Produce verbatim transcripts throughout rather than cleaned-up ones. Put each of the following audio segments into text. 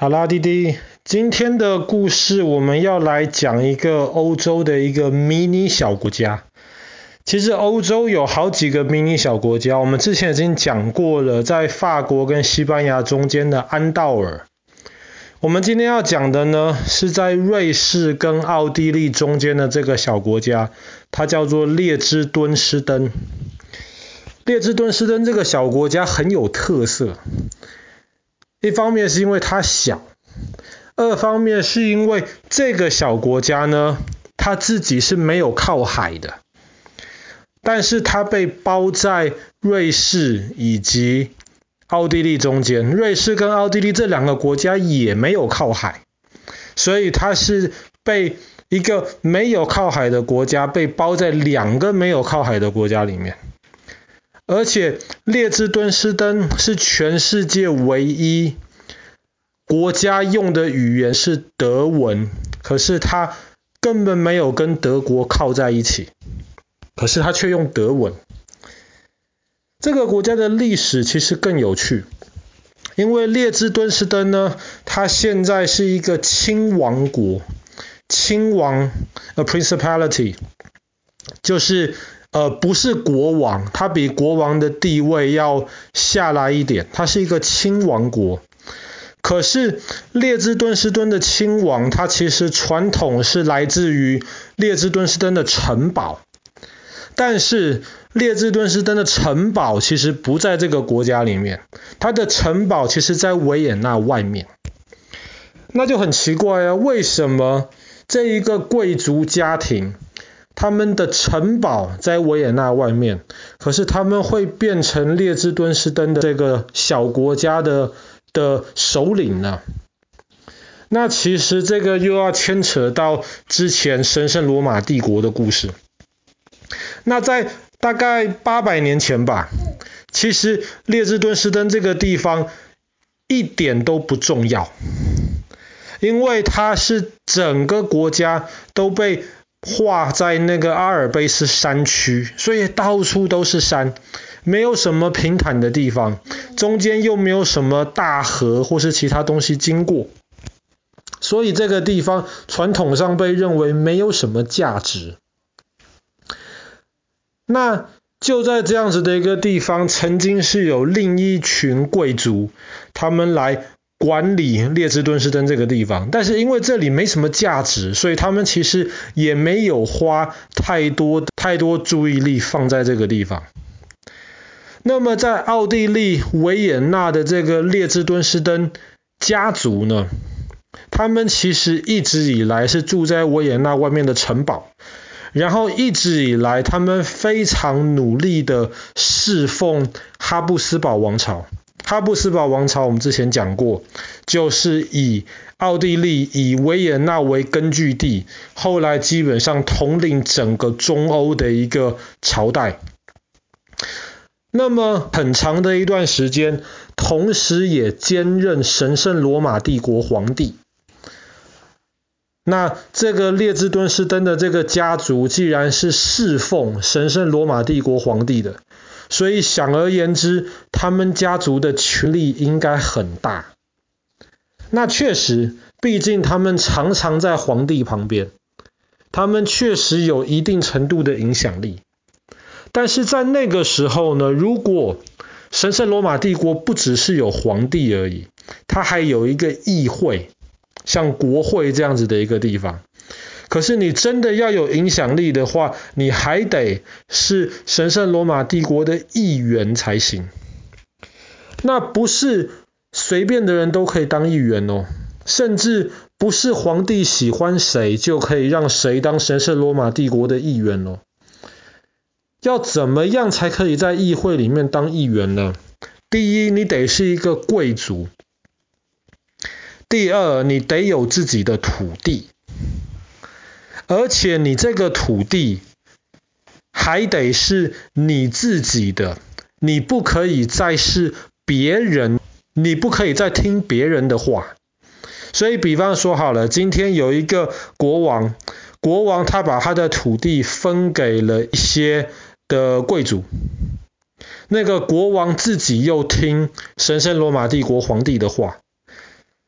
好啦，弟弟，今天的故事我们要来讲一个欧洲的一个迷你小国家。其实欧洲有好几个迷你小国家，我们之前已经讲过了，在法国跟西班牙中间的安道尔。我们今天要讲的呢，是在瑞士跟奥地利中间的这个小国家，它叫做列支敦士登。列支敦士登这个小国家很有特色，一方面是因为它小，二方面是因为这个小国家呢，它自己是没有靠海的，但是它被包在瑞士以及奥地利中间，瑞士跟奥地利这两个国家也没有靠海，所以它是被一个没有靠海的国家被包在两个没有靠海的国家里面。而且列支敦士登是全世界唯一国家用的语言是德文，可是它根本没有跟德国靠在一起，可是它却用德文。这个国家的历史其实更有趣，因为列支敦士登呢，它现在是一个亲王国，亲王 a principality， 就是呃，不是国王，它比国王的地位要下来一点，它是一个亲王国。可是列支敦士登的亲王，它其实传统是来自于列支敦士登的城堡，但是列支敦士登的城堡其实不在这个国家里面，它的城堡其实在维也纳外面。那就很奇怪啊，为什么这一个贵族家庭他们的城堡在维也纳外面，可是他们会变成列支敦士登的这个小国家的的首领呢？那其实这个又要牵扯到之前神圣罗马帝国的故事。那在大概八百年前吧，其实列支敦士登这个地方一点都不重要，因为它是整个国家都被划在那个阿尔卑斯山区，所以到处都是山，没有什么平坦的地方，中间又没有什么大河或是其他东西经过，所以这个地方传统上被认为没有什么价值。那就在这样子的一个地方，曾经是有另一群贵族，他们来管理列支敦士登这个地方，但是因为这里没什么价值，所以他们其实也没有花太多太多注意力放在这个地方。那么在奥地利维也纳的这个列支敦士登家族呢，他们其实一直以来是住在维也纳外面的城堡，然后一直以来他们非常努力的侍奉哈布斯堡王朝。哈布斯堡王朝我们之前讲过，就是以奥地利以维也纳为根据地，后来基本上统领整个中欧的一个朝代。那么很长的一段时间，同时也兼任神圣罗马帝国皇帝。那这个列支敦士登的这个家族既然是侍奉神圣罗马帝国皇帝的，所以想而言之，他们家族的权力应该很大。那确实，毕竟他们常常在皇帝旁边，他们确实有一定程度的影响力。但是在那个时候呢，如果神圣罗马帝国不只是有皇帝而已，它还有一个议会，像国会这样子的一个地方。可是你真的要有影响力的话，你还得是神圣罗马帝国的议员才行。那不是随便的人都可以当议员哦，甚至不是皇帝喜欢谁就可以让谁当神圣罗马帝国的议员哦。要怎么样才可以在议会里面当议员呢？第一，你得是一个贵族；第二，你得有自己的土地。而且你这个土地还得是你自己的，你不可以再是别人，你不可以再听别人的话。所以比方说好了，今天有一个国王，国王他把他的土地分给了一些的贵族，那个国王自己又听神圣罗马帝国皇帝的话，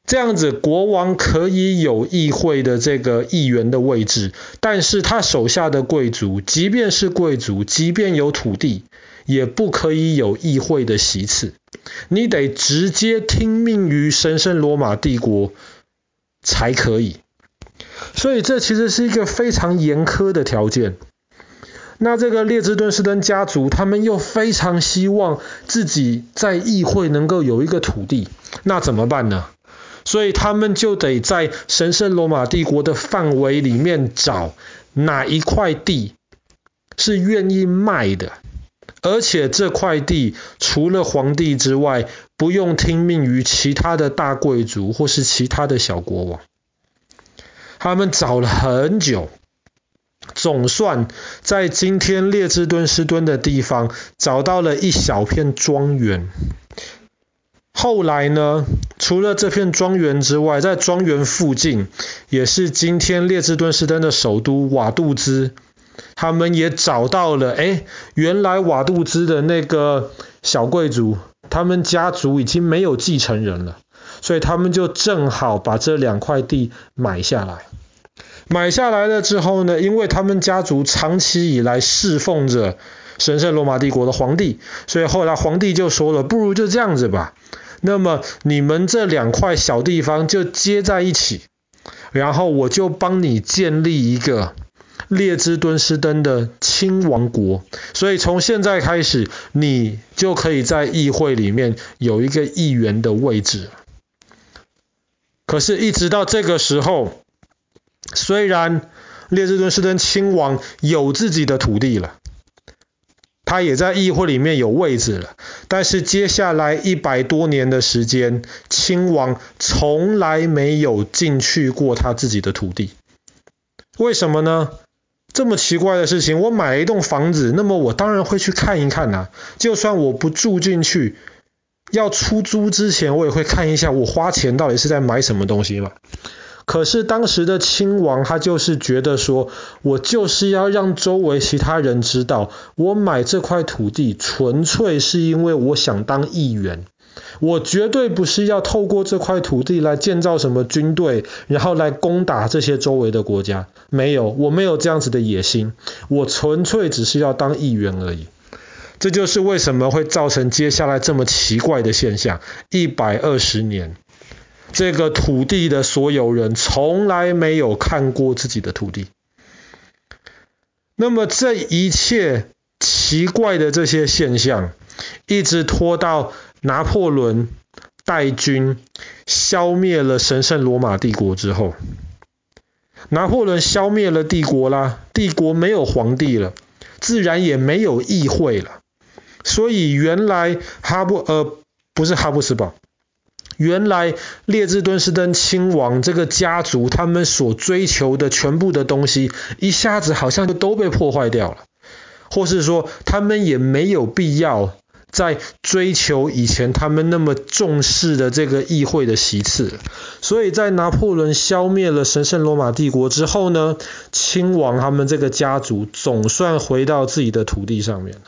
这样子国王可以有议会的这个议员的位置，但是他手下的贵族，即便是贵族，即便有土地，也不可以有议会的席次。你得直接听命于神圣罗马帝国才可以。所以这其实是一个非常严苛的条件。那这个列支敦士登家族，他们又非常希望自己在议会能够有一个土地，那怎么办呢？所以他们就得在神圣罗马帝国的范围里面找哪一块地是愿意卖的，而且这块地除了皇帝之外，不用听命于其他的大贵族或是其他的小国王。他们找了很久，总算在今天列支敦士敦的地方找到了一小片庄园。后来呢，除了这片庄园之外，在庄园附近也是今天列支敦士登的首都瓦杜兹，他们也找到了，诶，原来瓦杜兹的那个小贵族，他们家族已经没有继承人了，所以他们就正好把这两块地买下来。买下来了之后呢，因为他们家族长期以来侍奉着神圣罗马帝国的皇帝，所以后来皇帝就说了，不如就这样子吧，那么你们这两块小地方就接在一起，然后我就帮你建立一个列支敦士登的亲王国，所以从现在开始，你就可以在议会里面有一个议员的位置。可是一直到这个时候，虽然列支敦士登亲王有自己的土地了，他也在议会里面有位置了，但是接下来一百多年的时间，亲王从来没有进去过他自己的土地。为什么呢？这么奇怪的事情，我买了一栋房子，那么我当然会去看一看啊，就算我不住进去，要出租之前我也会看一下我花钱到底是在买什么东西嘛。可是当时的亲王他就是觉得说，我就是要让周围其他人知道，我买这块土地纯粹是因为我想当议员，我绝对不是要透过这块土地来建造什么军队，然后来攻打这些周围的国家。没有，我没有这样子的野心，我纯粹只是要当议员而已。这就是为什么会造成接下来这么奇怪的现象。一百二十年，这个土地的所有人从来没有看过自己的土地。那么这一切奇怪的这些现象，一直拖到拿破仑带军消灭了神圣罗马帝国之后。拿破仑消灭了帝国啦，帝国没有皇帝了，自然也没有议会了。所以原来哈布呃不是哈布斯堡，原来列支敦士登亲王这个家族他们所追求的全部的东西，一下子好像就都被破坏掉了，或是说他们也没有必要在追求以前他们那么重视的这个议会的席次。所以在拿破仑消灭了神圣罗马帝国之后呢，亲王他们这个家族总算回到自己的土地上面了。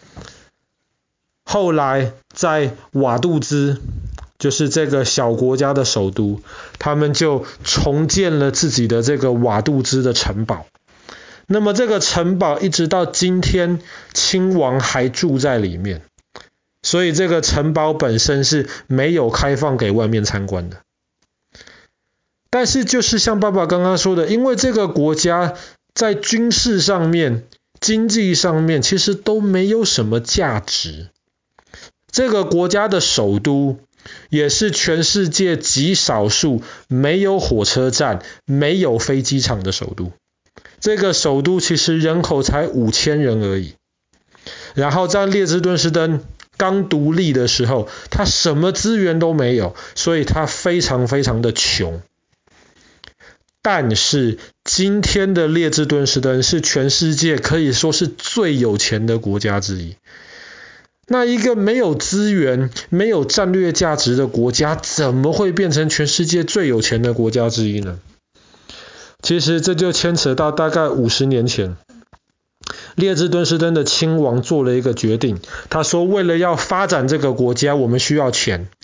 后来在瓦杜兹，就是这个小国家的首都，他们就重建了自己的这个瓦杜兹的城堡。那么这个城堡一直到今天，亲王还住在里面，所以这个城堡本身是没有开放给外面参观的。但是就是像爸爸刚刚说的，因为这个国家在军事上面、经济上面其实都没有什么价值。这个国家的首都也是全世界极少数没有火车站、没有飞机场的首都。这个首都其实人口才五千人而已。然后在列支敦士登刚独立的时候，它什么资源都没有，所以它非常非常的穷。但是今天的列支敦士登是全世界可以说是最有钱的国家之一。那一个没有资源、没有战略价值的国家，怎么会变成全世界最有钱的国家之一呢？其实这就牵扯到大概五十年前，列支敦士登的亲王做了一个决定，他说为了要发展这个国家，我们需要钱，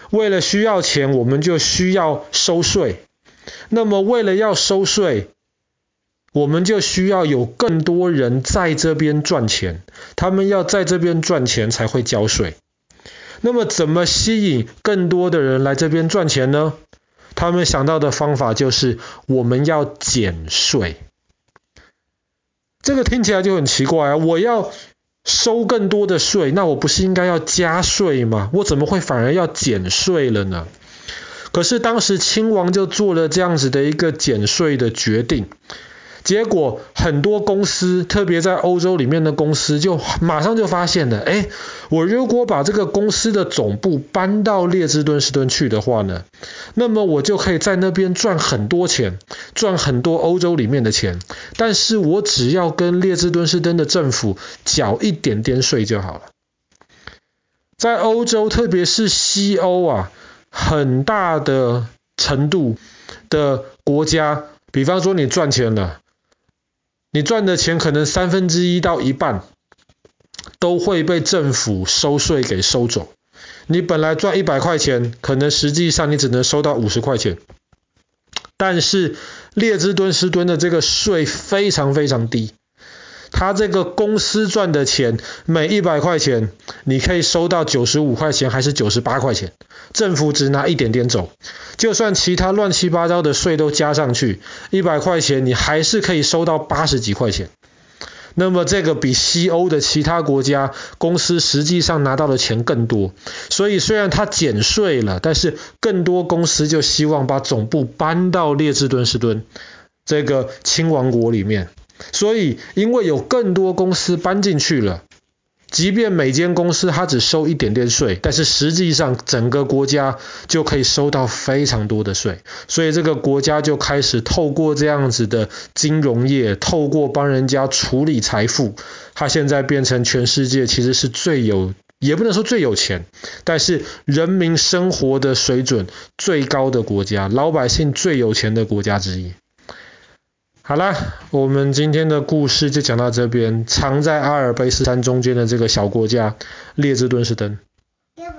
为了需要钱，我们就需要收税。那么为了要收税，我们就需要有更多人在这边赚钱，他们要在这边赚钱才会交税。那么怎么吸引更多的人来这边赚钱呢？他们想到的方法就是我们要减税。这个听起来就很奇怪啊，我要收更多的税，那我不是应该要加税吗？我怎么会反而要减税了呢？可是当时亲王就做了这样子的一个减税的决定，结果很多公司，特别在欧洲里面的公司，就马上就发现了，诶，我如果把这个公司的总部搬到列支敦士敦去的话呢，那么我就可以在那边赚很多钱，赚很多欧洲里面的钱，但是我只要跟列支敦士敦的政府缴一点点税就好了。在欧洲，特别是西欧啊，很大的程度的国家，比方说你赚钱了，你赚的钱可能三分之一到一半都会被政府收税给收走。你本来赚一百块钱，可能实际上你只能收到五十块钱。但是列支敦士敦的这个税非常非常低，他这个公司赚的钱，每一百块钱你可以收到九十五块钱还是九十八块钱，政府只拿一点点走。就算其他乱七八糟的税都加上去，一百块钱你还是可以收到八十几块钱。那么这个比西欧的其他国家公司实际上拿到的钱更多。所以虽然它减税了，但是更多公司就希望把总部搬到列支敦士敦这个亲王国里面。所以因为有更多公司搬进去了，即便每间公司它只收一点点税，但是实际上整个国家就可以收到非常多的税。所以这个国家就开始透过这样子的金融业，透过帮人家处理财富，它现在变成全世界其实是最有，也不能说最有钱，但是人民生活的水准最高的国家，老百姓最有钱的国家之一。好啦，我们今天的故事就讲到这边。藏在阿尔卑斯山中间的这个小国家列支敦士登。